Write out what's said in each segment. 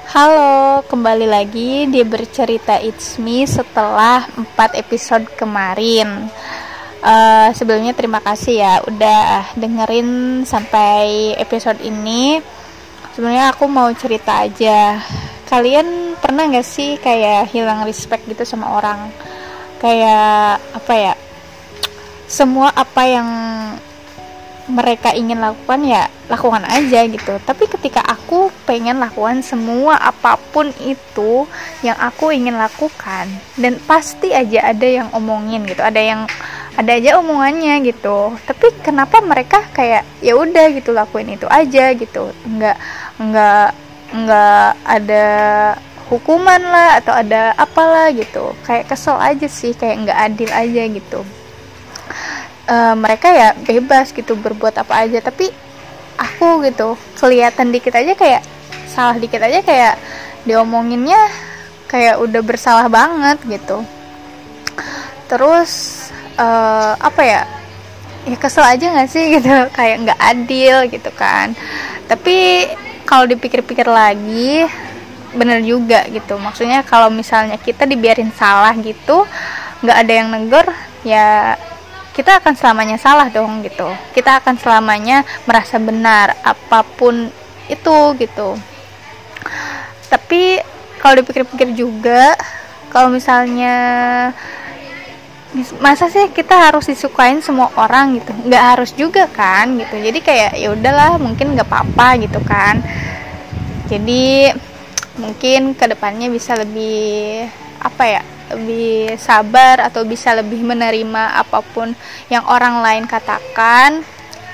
Halo, kembali lagi di Bercerita It's Me setelah 4 episode kemarin. Sebelumnya terima kasih ya udah dengerin sampai episode ini. Sebenarnya aku mau cerita aja. Kalian pernah gak sih kayak hilang respect gitu sama orang? Kayak apa ya? Semua apa yang mereka ingin lakukan ya lakukan aja gitu. Tapi ketika aku pengen lakukan semua apapun itu yang aku ingin lakukan, dan pasti aja ada yang omongin gitu, ada aja omongannya gitu. Tapi kenapa mereka kayak ya udah gitu lakuin itu aja gitu, nggak ada hukuman lah atau ada apalah gitu. Kayak kesel aja sih, kayak nggak adil aja gitu. Mereka ya bebas gitu berbuat apa aja, tapi aku gitu kelihatan dikit aja kayak salah dikit aja kayak diomonginnya kayak udah bersalah banget gitu. Terus apa ya kesel aja nggak sih gitu, kayak nggak adil gitu kan. Tapi kalau dipikir-pikir lagi bener juga gitu, maksudnya kalau misalnya kita dibiarin salah gitu nggak ada yang negor ya kita akan selamanya salah dong gitu. Kita akan selamanya merasa benar apapun itu gitu. Tapi kalau dipikir-pikir juga, kalau misalnya masa sih kita harus disukain semua orang gitu? Nggak harus juga kan gitu. Jadi kayak ya udahlah, mungkin nggak apa-apa gitu kan. Jadi mungkin kedepannya bisa lebih lebih sabar atau bisa lebih menerima apapun yang orang lain katakan.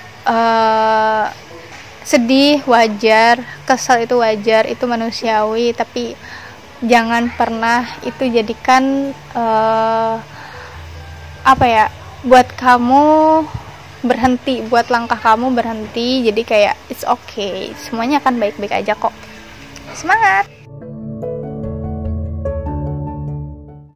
Sedih wajar, kesel itu wajar, itu manusiawi, tapi jangan pernah itu jadikan buat kamu berhenti, buat langkah kamu berhenti. Jadi kayak it's okay, semuanya akan baik-baik aja kok. Semangat.